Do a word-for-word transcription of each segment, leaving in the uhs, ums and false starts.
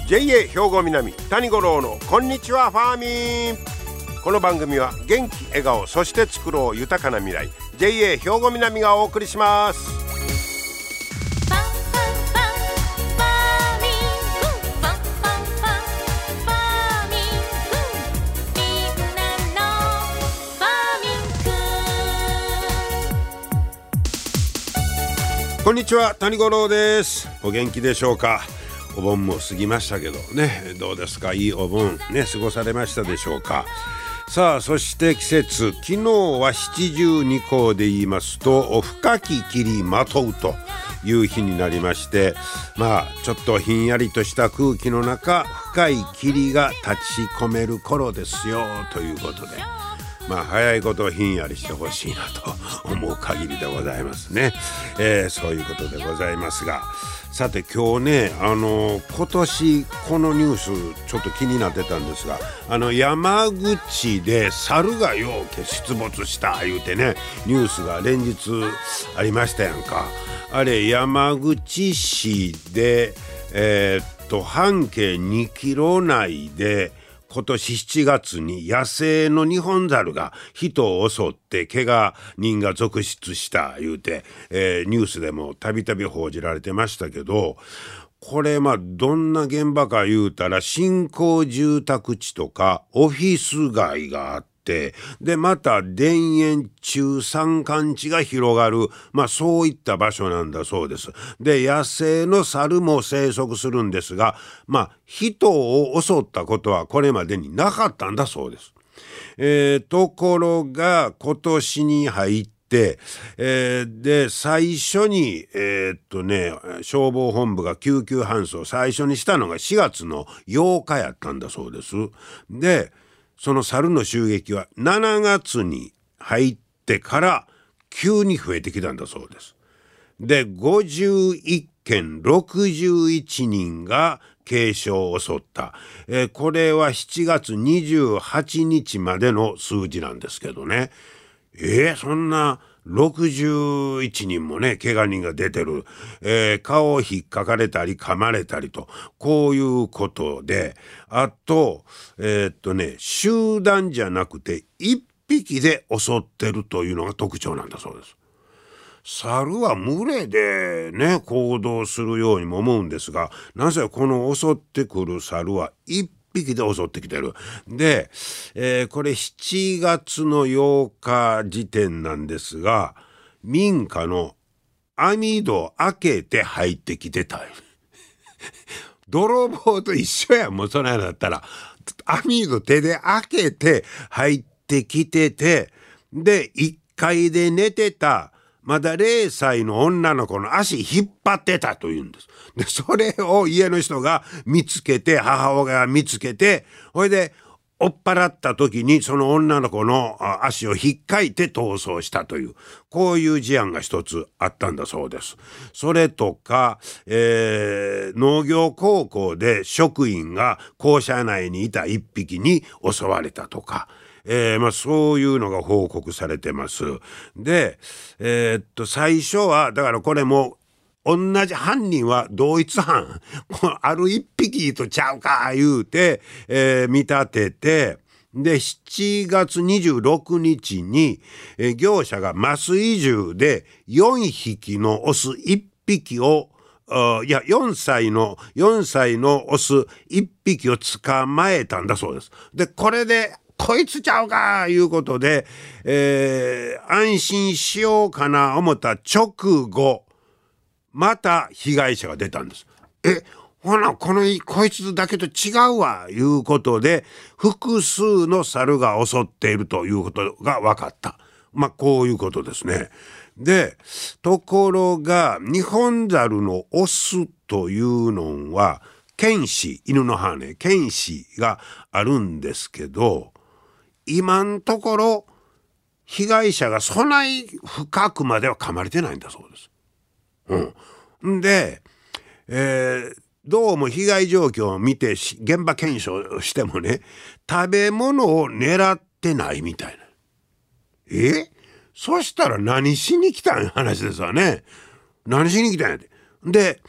ジェイエー 兵庫南谷五郎のこんにちはファーミン。この番組は元気笑顔そして作ろう豊かな未来 ジェイエー 兵庫南がお送りします。こんにちは谷五郎です。お元気でしょうか。お盆も過ぎましたけどね、どうですか、いいお盆ね過ごされましたでしょうか。さあそして季節、昨日は七十二候で言いますと深き霧まとうという日になりまして、まあちょっとひんやりとした空気の中深い霧が立ち込める頃ですよということで、まあ早いことひんやりしてほしいなと思う限りでございますね、えー、そういうことでございますが、さて今日ね、あの今年このニュースちょっと気になってたんですが、あの山口で猿がようけ出没した言うてねニュースが連日ありましたやんか。あれ山口市でえー、っと半径にキロ内で今年しちがつに野生のニホンザルが人を襲って怪我人が続出した言うて、えー、ニュースでもたびたび報じられてましたけど、これまあどんな現場か言うたら新興住宅地とかオフィス街があって、でまた田園中山間地が広がる、まあそういった場所なんだそうです。で野生の猿も生息するんですが、まあ人を襲ったことはこれまでになかったんだそうです。えー、ところが今年に入ってで, えー、で最初にえー、っとね消防本部が救急搬送最初にしたのがしがつのようかやったんだそうです。でその猿の襲撃はしちがつに入ってから急に増えてきたんだそうです。でごじゅういっけんろくじゅういちにんが軽傷を襲った、えー、これはしちがつにじゅうはちにちまでの数字なんですけどね。えー、そんなろくじゅういちにんもね怪我人が出てる、えー、顔を引っかかれたり噛まれたりとこういうことで、あとえー、っとね集団じゃなくて一匹で襲ってるというのが特徴なんだそうです。猿は群れでね行動するようにも思うんですが、なぜこの襲ってくる猿は一匹で襲ってきてる。で、えー、これしちがつのようか時点なんですが、民家の網戸開けて入ってきてた泥棒と一緒やん。もうそんなのだったら網戸手で開けて入ってきてて、でいっかいで寝てたまだれいさいの女の子の足引っ張ってたというんです。でそれを家の人が見つけて、母親が見つけて、それで追っ払った時にその女の子の足を引っかいて逃走したという、こういう事案が一つあったんだそうです。それとか、えー、農業高校で職員が校舎内にいた一匹に襲われたとか、えーまあ、そういうのが報告されてます。で、えー、っと最初はだからこれも同じ犯人は同一犯ある一匹とちゃうか言うて、えー、見立てて、でしちがつにじゅうろくにちに、えー、業者が麻酔銃でよんひきのオスいっぴきをいやよんさいのよんさいのオスいっぴきを捕まえたんだそうです。でこれでこいつちゃうかいうことで、えー、安心しようかな思った直後また被害者が出たんです。えほなこのこいつだけと違うわいうことで複数の猿が襲っているということが分かった。まあこういうことですね。でところがニホンザルのオスというのは犬歯、犬の歯ね、犬歯があるんですけど、今んところ被害者がそない深くまでは噛まれてないんだそうです。うん、で、えー、どうも被害状況を見て現場検証してもね、食べ物を狙ってないみたいな。えそしたら何しに来たん話ですわね。何しに来たんやで。で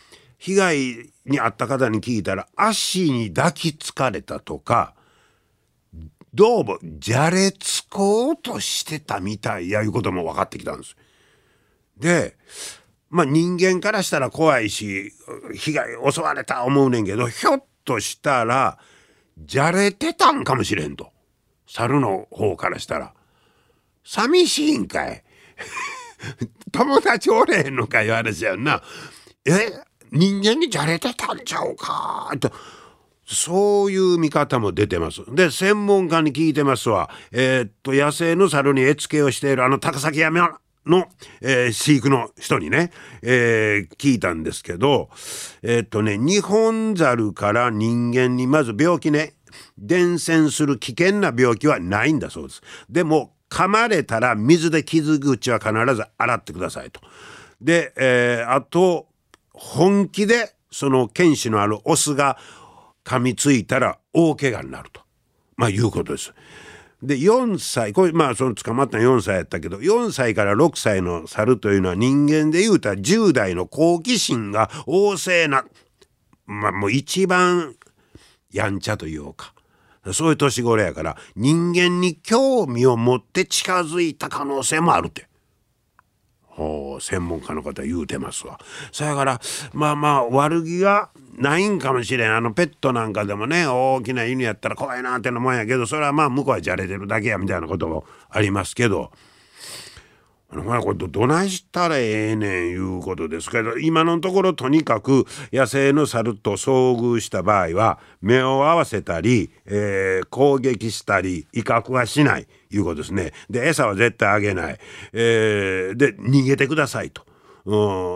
被害に遭った方に聞いたら、足に抱きつかれたとか、どうもじゃれつこうとしてたみたいやいうことも分かってきたんです。でまあ人間からしたら怖いし、被害襲われた思うねんけど、ひょっとしたらじゃれてたんかもしれんと、猿の方からしたら。寂しいんかい友達おれへんのかいう話やんな。え人間にじゃれてたんちゃうかと、そういう見方も出てます。で専門家に聞いてますわ。えー、っと野生の猿に絵付けをしているあの高崎山の、えー、飼育の人にね、えー、聞いたんですけど、えー、っとねニホンザルから人間にまず病気ね、伝染する危険な病気はないんだそうです。でも噛まれたら水で傷口は必ず洗ってくださいと。で、えー、あと本気でその犬歯のあるオスが噛みついたら大怪我になると、まあいうことです。でよんさい、これまあその捕まったのよんさいやったけど、よんさいからろくさいの猿というのは人間でいうたらじゅう代の好奇心が旺盛な、まあもう一番やんちゃというか、そういう年頃やから人間に興味を持って近づいた可能性もあるって、ほう専門家の方言うてますわ。そやからまあまあ悪気がないんかもしれん。あのペットなんかでもね、大きな犬やったら怖いなってのもんやけど、それはまあ向こうはじゃれてるだけやみたいなこともありますけど、これどないしたらええねんいうことですけど、今のところとにかく野生の猿と遭遇した場合は目を合わせたり、えー、攻撃したり威嚇はしないいうことですね。で餌は絶対あげない、えー、で逃げてくださいと。うん、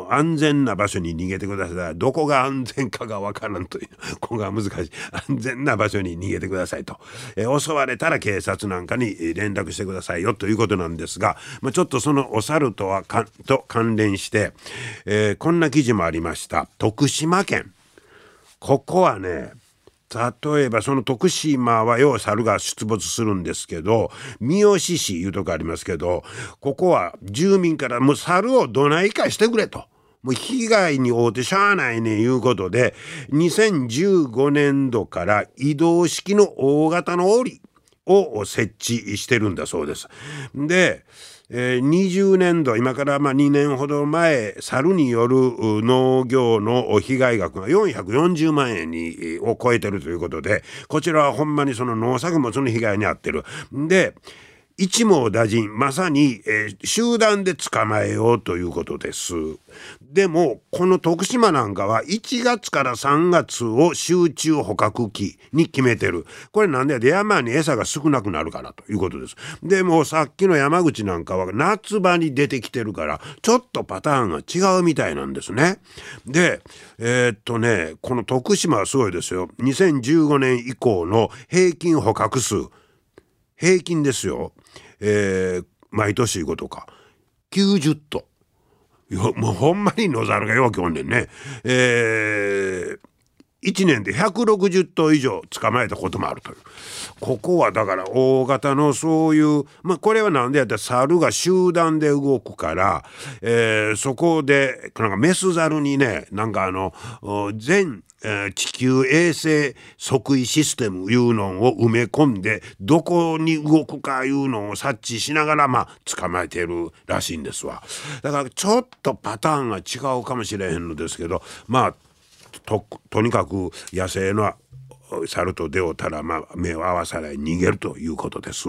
安全な場所に逃げてください。どこが安全かがわからんという、ここが難しい。安全な場所に逃げてくださいと、えー、襲われたら警察なんかに連絡してくださいよということなんですが、まあ、ちょっとそのお猿とはかと関連して、えー、こんな記事もありました。徳島県、ここはね、例えばその徳島はよう猿が出没するんですけど、三好市いうとこありますけど、ここは住民からもう猿をどないかしてくれと、もう被害に遭うてしゃあないねんいうことで、にせんじゅうごねんどから移動式の大型の檻を設置してるんだそうです。でえー、にじゅうねんど、今からまあにねんほど前、猿による農業の被害額がよんひゃくよんじゅうまんえんにを超えてるということで、こちらはほんまにその農作物の被害に遭ってる。で一網打尽、まさに、えー、集団で捕まえようということです。でもこの徳島なんかはいちがつからさんがつを集中捕獲期に決めてる。これなんでで山に餌が少なくなるからということです。でもさっきの山口なんかは夏場に出てきてるからちょっとパターンが違うみたいなんですね。でえー、っとねこの徳島はすごいですよ。にせんじゅうごねん以降の平均捕獲数、平均ですよ、えー、毎年ごとかきゅうじゅっとう。もうほんまに野猿がよくおんねんね。えー、いちねんでひゃくろくじゅっとう以上捕まえたこともあるという。ここはだから大型のそういう、まあこれはなんでやったら猿が集団で動くから、えー、そこでなんかメス猿にね、なんかあの全えー、地球衛星測位システムいうのを埋め込んでどこに動くかいうのを察知しながらまあ捕まえてるらしいんですわ。だからちょっとパターンが違うかもしれへんのですけど、まあ と, とにかく野生の猿と出会うたら、まあ、目を合わさない逃げるということです。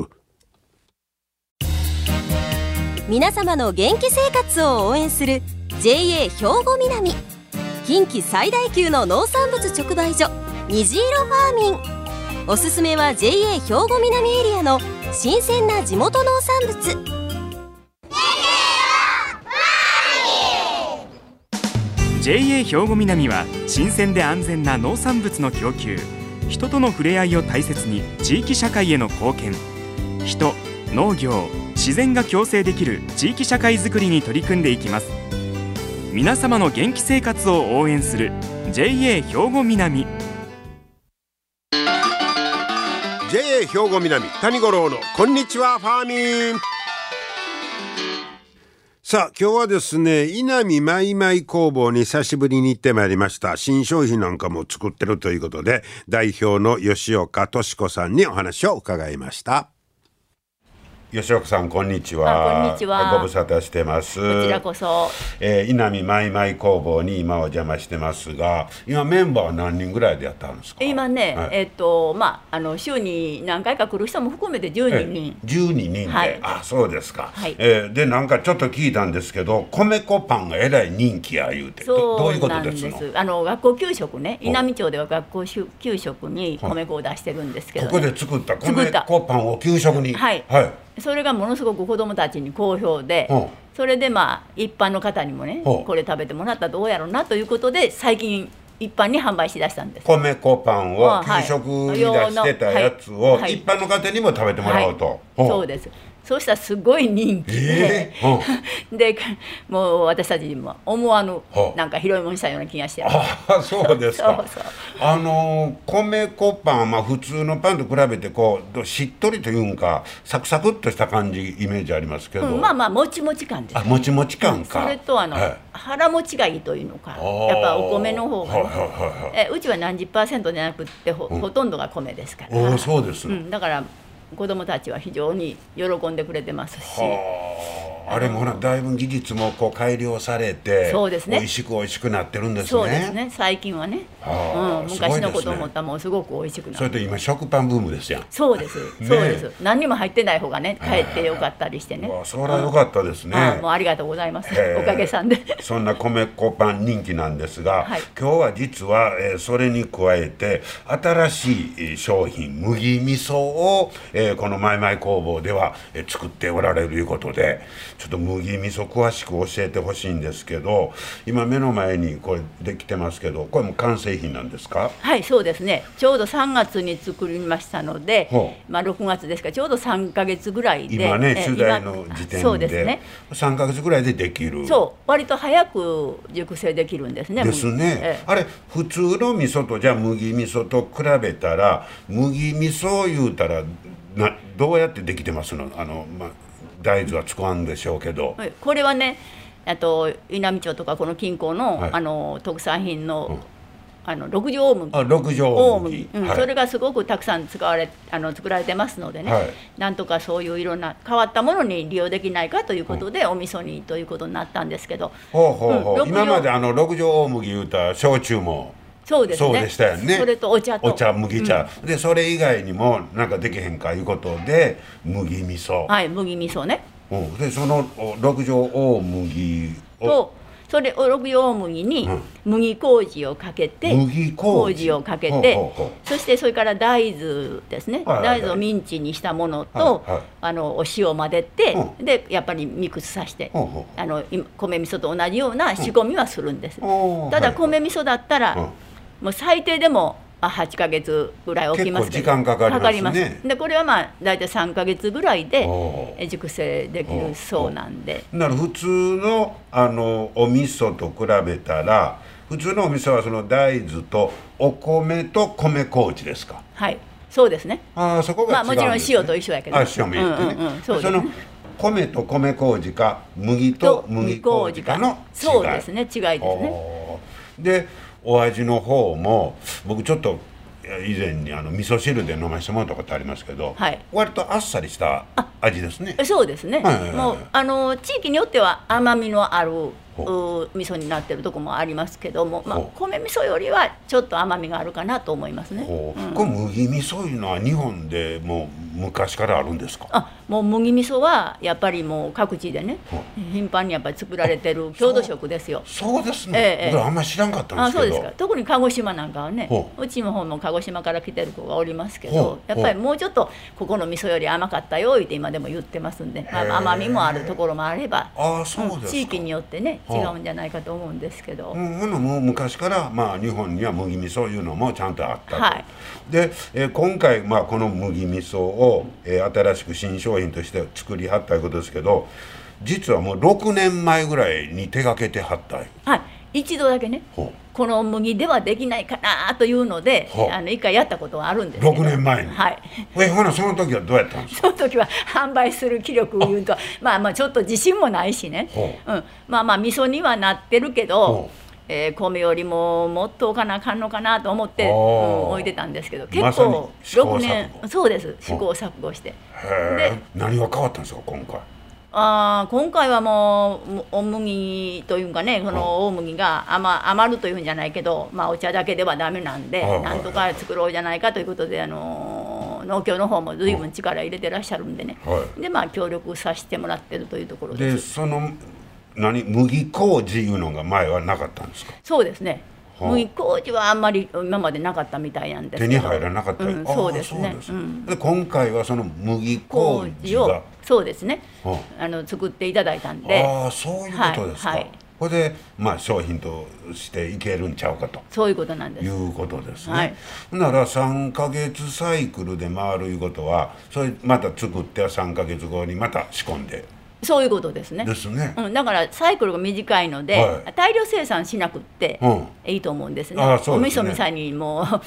皆様の元気生活を応援する ジェイエー 兵庫南、近畿最大級の農産物直売所虹色ファーミン。おすすめは ジェイエー 兵庫南エリアの新鮮な地元農産物。 ジェイエー 兵庫南は新鮮で安全な農産物の供給、人との触れ合いを大切に地域社会への貢献、人、農業、自然が共生できる地域社会づくりに取り組んでいきます。皆様の元気生活を応援する ジェイエー 兵庫南。 ジェイエー 兵庫南谷五郎のこんにちはファーミン。 さあ今日はですね、稲見マイマイ工房に久しぶりに行ってまいりました。新商品なんかも作ってるということで、代表の吉岡敏子さんにお話を伺いました。吉岡さん、こんにちは。 こんにちは。 ご無沙汰してます。 こちらこそ。 えー、稲見マイマイ工房に今お邪魔してますが、今メンバーは何人ぐらいでやったんですか？ 今ね、 はい、 えっとまああの週に何回か来る人も含めてじゅうににん。 じゅうににんで、 はい、 あ、そうですか。 はい、 えー、でなんかちょっと聞いたんですけど、米粉パンがえらい人気や言うて、ど, どういうことですの？ あの学校給食ね、稲美町では学校給食に米粉を出してるんですけど、ね、 ここで作った米粉パンを給食に。 はい、はい、それがものすごく子どもたちに好評で、それでまあ一般の方にもね、これ食べてもらったらどうやろうなということで最近一般に販売しだしたんです。 米粉パンを給食に出してたやつを一般の方にも食べてもらおうと、 はいはい、そうです。そうしたらすごい人気で、えー、でもう私たちにも思わぬなんか広いもんしたような気がしてます。 あ、そうですか。 そうそう、 あの米粉パン、まあ、普通のパンと比べてこうしっとりというんかサクサクっとした感じイメージありますけど、 うん、まあまあもちもち感です、ね、 あ、もちもち感か。 それとあの、はい、腹持ちがいいというのか、やっぱお米の方が、ね、はいはいはいはい、えうちは何十パーセントじゃなくって ほ,、うん、ほとんどが米ですから。 お、そうです、 うん、だから子どもたちは非常に喜んでくれてますし、 あれもほらだいぶ技術もこう改良されて、そうですね、美味しく美味しくなってるんですね。 そうですね、最近はね、うん、昔のこと思ったらもうすごく美味しくなる。 それと今食パンブームですやん。 そうです、ね、そうです。何にも入ってない方がね、かえってよかったりしてね。 それはよかったですね。 ああ、もうありがとうございます、おかげさんで。 そんな米粉パン人気なんですが、はい、今日は実は、えー、それに加えて新しい商品麦味噌を、えー、このマイマイ工房では、えー、作っておられるということで、ちょっと麦味噌詳しく教えてほしいんですけど、今目の前にこれできてますけど、これも完成品なんですか？ はい、そうですね。ちょうどさんがつに作りましたので、まあ、ろくがつですからちょうどさんかげつぐらいで、 今ね取材の時点で、そうですね、さんかげつぐらいでできる。 そう割と早く熟成できるんですね。 ですね、ええ、あれ普通の味噌とじゃあ麦味噌と比べたら、麦味噌言うたらなどうやってできてますの？あの、まあ大豆は使うんでしょうけど、 これはね、あと稲美町とかこの近郊 の,、はい、あの特産品の、うん、あの六条大麦、 あ、六条大麦、 うん、はい、それがすごくたくさん使われあの作られてますのでね、はい、なんとかそういういろんな変わったものに利用できないかということで、うん、お味噌にということになったんですけど、 ほうほうほう、うん、今まであの六条大麦言うた焼酎もそうですね、 そうでしたよね。 それとお茶とお茶、麦茶、うん、でそれ以外にもなんかできへんかいうことで麦味噌、 はい、麦味噌ね、 うん、でその六条大麦をとそれを六条大麦に麦麹をかけて、うん、麦麹をかけて、ほうほうほう、そしてそれから大豆ですね、はいはいはい、大豆をミンチにしたものと、はいはい、あのお塩を混ぜて、うん、でやっぱりミックスさせて、ほうほう、あの米味噌と同じような仕込みはするんです、うん、ただ米味噌だったら、はいはい、もう最低でもはちかげつぐらい置きますけど、 結構時間かかりますね。かかります。 でこれはまあ大体さんかげつぐらいで熟成できるそうなんで。 なる普通のあのお味噌と比べたら、普通のお味噌はその大豆とお米と米麹ですか？ はい、そうですね。 あ、そこが違うんですね。 まあもちろん塩と一緒やけど、 あ、塩も入れてね、うんうんうん、そうですね。その米と米麹か麦と麦麹かの違い。 そうですね、違いですね。 でお味の方も僕ちょっと以前にあの味噌汁で飲ませてもらったことありますけど、はい、割とあっさりした味ですね。 そうですね、はいはいはい、もうあの地域によっては甘みのある味噌になってるとこもありますけども、まあ、米味噌よりはちょっと甘みがあるかなと思いますね、 うん、これ麦味噌いうのは日本でもう昔からあるんですか？ あ、もう麦味噌はやっぱりもう各地でね、頻繁にやっぱり作られてる郷土食ですよ。 そ う, そうですね、ええ、僕あんまり知らんかったんですけど。 あ、そうですか。特に鹿児島なんかはね、うちの方も鹿児島から来てる子がおりますけど、やっぱりもうちょっとここの味噌より甘かったよって今でも言ってますんで、まあ、甘みもあるところもあれば、 あ、そうですか、うん、 地域によってね違うんじゃないかと思うんですけど、 うん、もう昔から、まあ、日本には麦味噌いうのもちゃんとあったと、 はい、 で、えー、今回、まあ、この麦味噌を、えー、新しく新商品として作りはったいうことですけど、実はもうろくねんまえぐらいに手がけてはった。 はい、 一度だけねこの麦ではできないかなというのであの一回やったことがあるんですけど。 ろくねんまえに。 はい。 えほなその時はどうやったんですか。 その時は販売する気力を言うとまあまあちょっと自信もないしね、うん、まあまあ味噌にはなってるけど、えー、米よりももっとおかなあかんのかなと思って、うん、置いてたんですけど結構ろくねんそうです試行錯誤して。 で何が変わったんですか今回。 あ今回はもうお麦というかねこの大麦が 余, 余るというんじゃないけど、まあ、お茶だけではダメなんでなんとか作ろうじゃないかということであの農協の方も随分力入れてらっしゃるんでね、はい、でまあ協力させてもらってるというところです。 でその何麦麹いうのが前はなかったんですか。 そうですね。麦麹はあんまり今までなかったみたいなんですけど手に入らなかった、 うん、そうですね。 で、うん、で今回はその麦麹をそうですね、あの作っていただいたんで。 ああそういうことですか、はいはい、これで、まあ、商品としていけるんちゃうかとそういうことなんですいうことですね、 はい、 ならさんかげつサイクルで回るいうことはそれまた作ってはさんかげつごにまた仕込んでそういうことですね。 ですね、 うん、だからサイクルが短いので、はい、大量生産しなくっていいと思うんですね。うん、あそうですねお味噌みさにも、はい、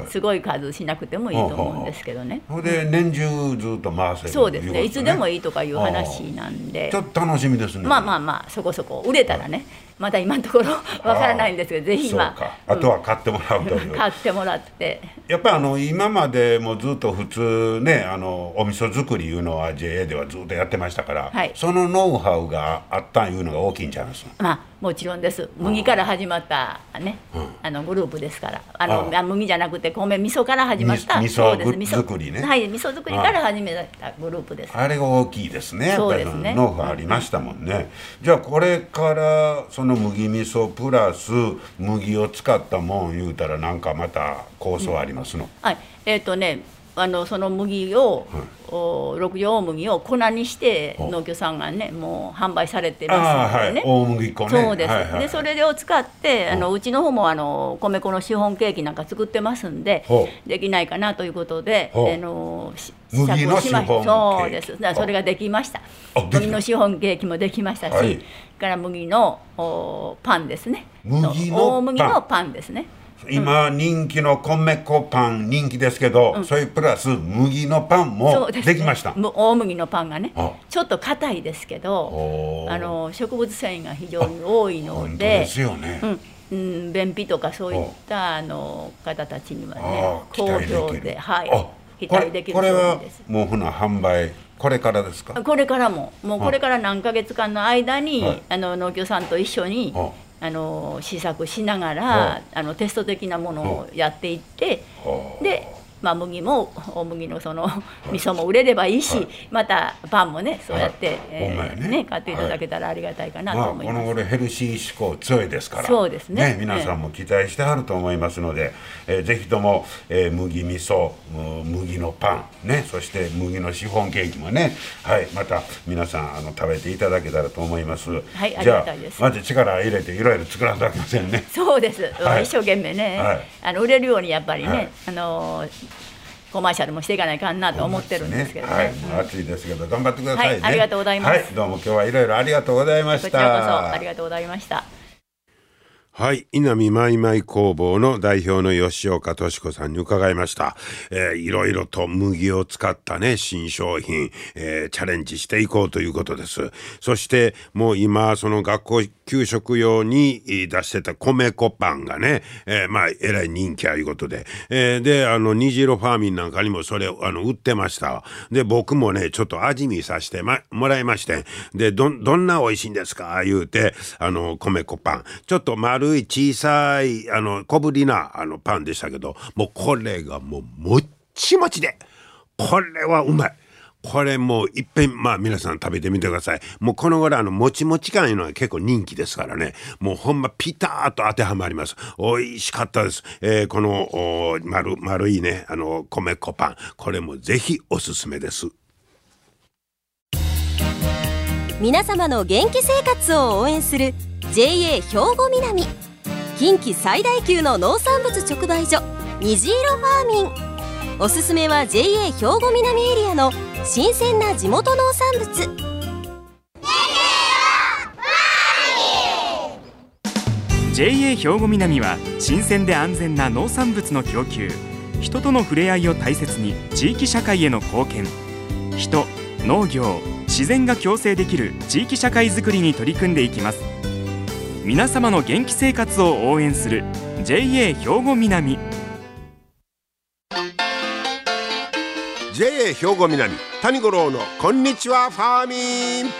すごい数しなくてもいいと思うんですけどね。 それで年中ずっと回せる、ね、 そうですね。いつでもいいとかいう話なんでちょっと楽しみですね。 まあまあまあそこそこ売れたらね、はい、まだ今のところわからないんですけどぜひ今あとは買ってもらうという、 うん、買ってもらってやっぱりあの今までもずっと普通ねあのお味噌作りいうのは ジェーエー ではずっとやってましたから、はい、そのノウハウがあったいうのが大きいんちゃいます。 まあもちろんです。麦から始まったね、うん、あのグループですからあのあ麦じゃなくて米味噌から始まった味噌作りね。 はい味噌作りから始めたグループです。 あれが大きいですね。やっぱりそうですね。 ノウハウありましたもんね、うん、じゃあこれからその麦味噌プラス麦を使ったもん言うたらなんかまた構想ありますの、うん、 はいえっ、ー、とねあのその麦を、はい、六条大麦を粉にして農協さんがねもう販売されてますのでね、 はい、大麦粉ねそうです、はいはいはい、でそれを使ってあのうちの方もあの米粉のシフォンケーキなんか作ってますんでできないかなということであの麦のシフォンケーキそうですだからそれができました。麦のシフォンケーキもできましたし、はい、から麦のパンですね麦の大麦のパンですね。 今人気の米粉パン人気ですけど、うん、それプラス麦のパンもできました、 ね、大麦のパンがねちょっと硬いですけどあの植物繊維が非常に多いのでですよね、 うんうん、便秘とかそういったあの方たちにはね好評で、はい、期待できるこれはもうほな販売これからですか。 これからももうこれから何ヶ月間の間に、はい、あの農協さんと一緒にあの試作しながらあのテスト的なものをやっていってで、まあ、麦も大麦のその味噌も売れればいいし、はい、またパンもねそうやって、はいえーねね、買っていただけたらありがたいかなと思います、 まあ、この頃ヘルシー志向強いですからそうですね、 ね皆さんも期待してはると思いますので、えー、ぜひとも、えー、麦味噌麦のパン、ね、そして麦のシフォンケーキもね、はい、また皆さんあの食べていただけたらと思います。 はい、ありがたいです。 じゃあまず力入れていろいろ作らなきゃいけませんね。 そうです、はい、一生懸命ね、はい、あの売れるようにやっぱりね、はい、あのコマーシャルもしていかないかなと思ってるんですけどね。 はい、もう暑いですけど頑張ってくださいね。はい、 ありがとうございます。 はい、どうも今日はいろいろありがとうございました。 こちらこそありがとうございました。 はい、稲見マイマイ工房の代表の吉岡敏子さんに伺いました。えー、いろいろと麦を使ったね新商品、えー、チャレンジしていこうということです。そしてもう今その学校給食用に出してた米粉パンがね、えー、まあえらい人気あいうことで、えー、であの虹色ファーミンなんかにもそれあの売ってました。で僕もねちょっと味見させて、ま、もらいまして、で ど, どんな美味しいんですか言うてあの米粉パンちょっと丸い小さいあの小ぶりなあのパンでしたけどもうこれがもうもっちもちでこれはうまい。これもういっぺんまあ皆さん食べてみてください。もうこの頃あのもちもち感いうのは結構人気ですからねもうほんまピタッと当てはまります。美味しかったです、えー、この丸丸いねあの米粉パンこれもぜひおすすめです。 皆様の元気生活を応援する ジェーエー 兵庫南近畿最大級の農産物直売所虹色ファーミンおすすめは ジェーエー 兵庫南エリアの新鮮な地元農産物ジェイエー 兵庫南は新鮮で安全な農産物の供給、人との触れ合いを大切に地域社会への貢献、人、農業、自然が共生できる地域社会づくりに取り組んでいきます。皆様の元気生活を応援する ジェイエー 兵庫南。 ジェイエー 兵庫南谷五郎のこんにちはファーミン。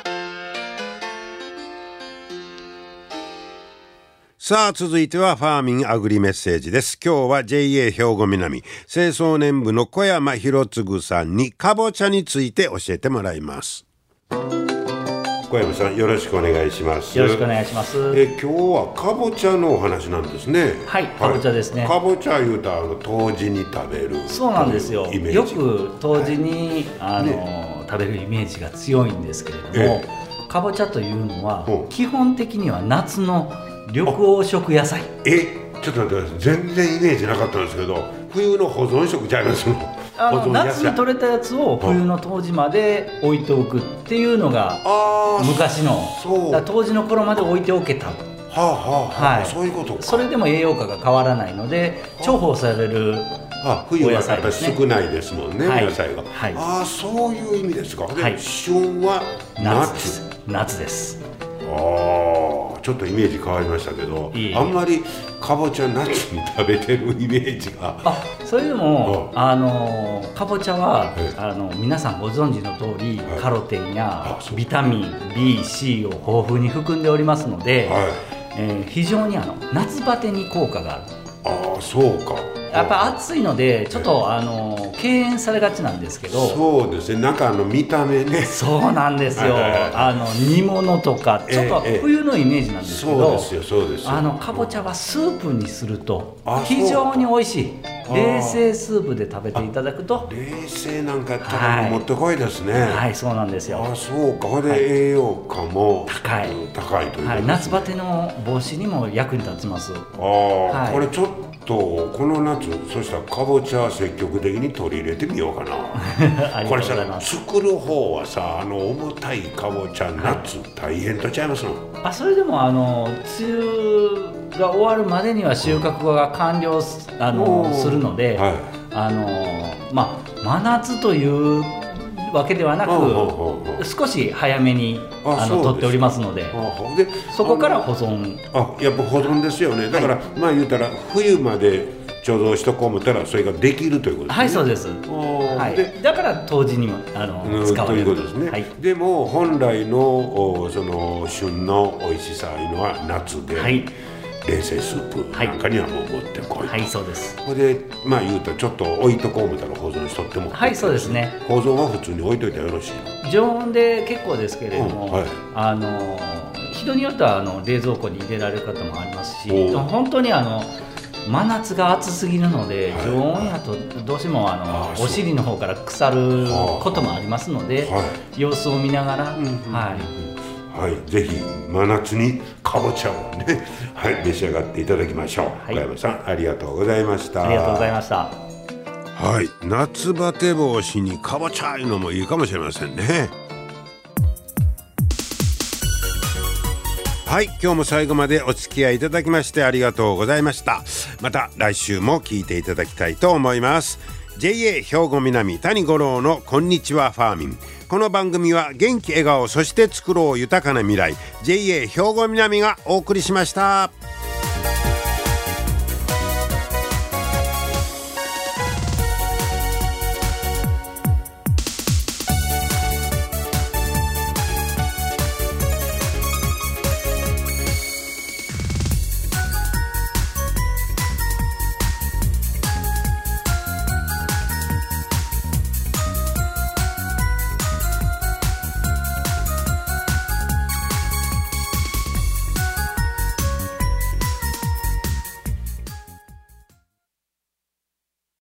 さあ続いてはファーミンアグリメッセージです。今日は ジェイエー 兵庫南清掃年部の小山博次さんにかぼちゃについて教えてもらいます。小山さん、よろしくお願いします。 よろしくお願いします。 え今日はかぼちゃのお話なんですね。 はい、かぼちゃですね。 かぼちゃいうとあの冬至に食べる。 そうなんですよ。 イメージよく冬至に、はい、あの、ね、食べるイメージが強いんですけれども、かぼちゃというのは基本的には夏の緑黄色野菜。 えちょっと待ってください。全然イメージなかったんですけど、冬の保存食ちゃいますの。 あの夏に取れたやつを冬の冬至まで置いておくっていうのが昔のだ冬至の頃まで置いておけた。はあはあはあ、はい、そういうことか。 それでも栄養価が変わらないので重宝されるあ冬はやっぱり少ないですもんね、はい、野菜が、はい、ああそういう意味ですか。で、はい、旬は夏です。 夏です。 ああちょっとイメージ変わりましたけど、いいあんまりかぼちゃ夏に食べてるイメージが。 あそれでもあのかぼちゃはあの皆さんご存知の通り、はい、カロテンやビタミン ビー、シー を豊富に含んでおりますので、はいえー、非常にあの夏バテに効果がある。 ああそうか。 やっぱ暑いのでちょっとあの敬遠されがちなんですけど。 そうですね。なんかあの見た目ね。 そうなんですよ。あの煮物とかちょっと冬のイメージなんですけど、 そうですよそうですよ。 あのかぼちゃはスープにすると非常に美味しい。冷製スープで食べていただくと。 冷製なんかやったらもってこいですね。はい、 はい、そうなんですよ。 あそうか。これで栄養価も高い、 うん、高いという、 はい、夏バテの防止にも役に立ちます。 あ、はい、これちょっとこの夏そしたらかぼちゃ積極的に取り入れてみようかな。 ありがとうございます。 これさ作る方はさあの重たいかぼちゃ夏、はい、大変とちゃいますの。 あそれでもあの梅雨が終わるまでには収穫が完了あのするので、はい、あのまあ真夏というわけではなく少し早めにあの取っておりますので、でそこから保存。 あやっぱ保存ですよね。だから、はい、まあ言うたら冬まで貯蔵しとこう思ったらそれができるということですね。 はいそうです。はい、でだから冬至にもあの使われるということですね。はい、でも本来のその旬の美味しさいうのは夏で、はい、冷製スープなんかにはもう持ってこいと。 はいそうです。 これでまあ言うとちょっと置いとこう思ったら保存しとっても。 はいそうですね。 保存は普通に置いといたらよろしいの。 常温で結構ですけれども、うんはい、あの人によってはあの冷蔵庫に入れられる方もありますし、本当にあの真夏が暑すぎるので、はい、常温やとどうしてもあのあお尻の方から腐ることもありますので、はい、様子を見ながら、うんうんはいはい、ぜひ真夏にかぼちゃをね、はい、召し上がっていただきましょう。はい、小山さんありがとうございました。 ありがとうございました。 はい、夏バテ防止にかぼちゃいうのもいいかもしれませんね。はい、今日も最後までお付き合いいただきましてありがとうございました。また来週も聞いていただきたいと思います。 ジェイエー 兵庫南谷五郎のこんにちはファーミン。この番組は元気笑顔そして作ろう豊かな未来 ジェイエー 兵庫南がお送りしました。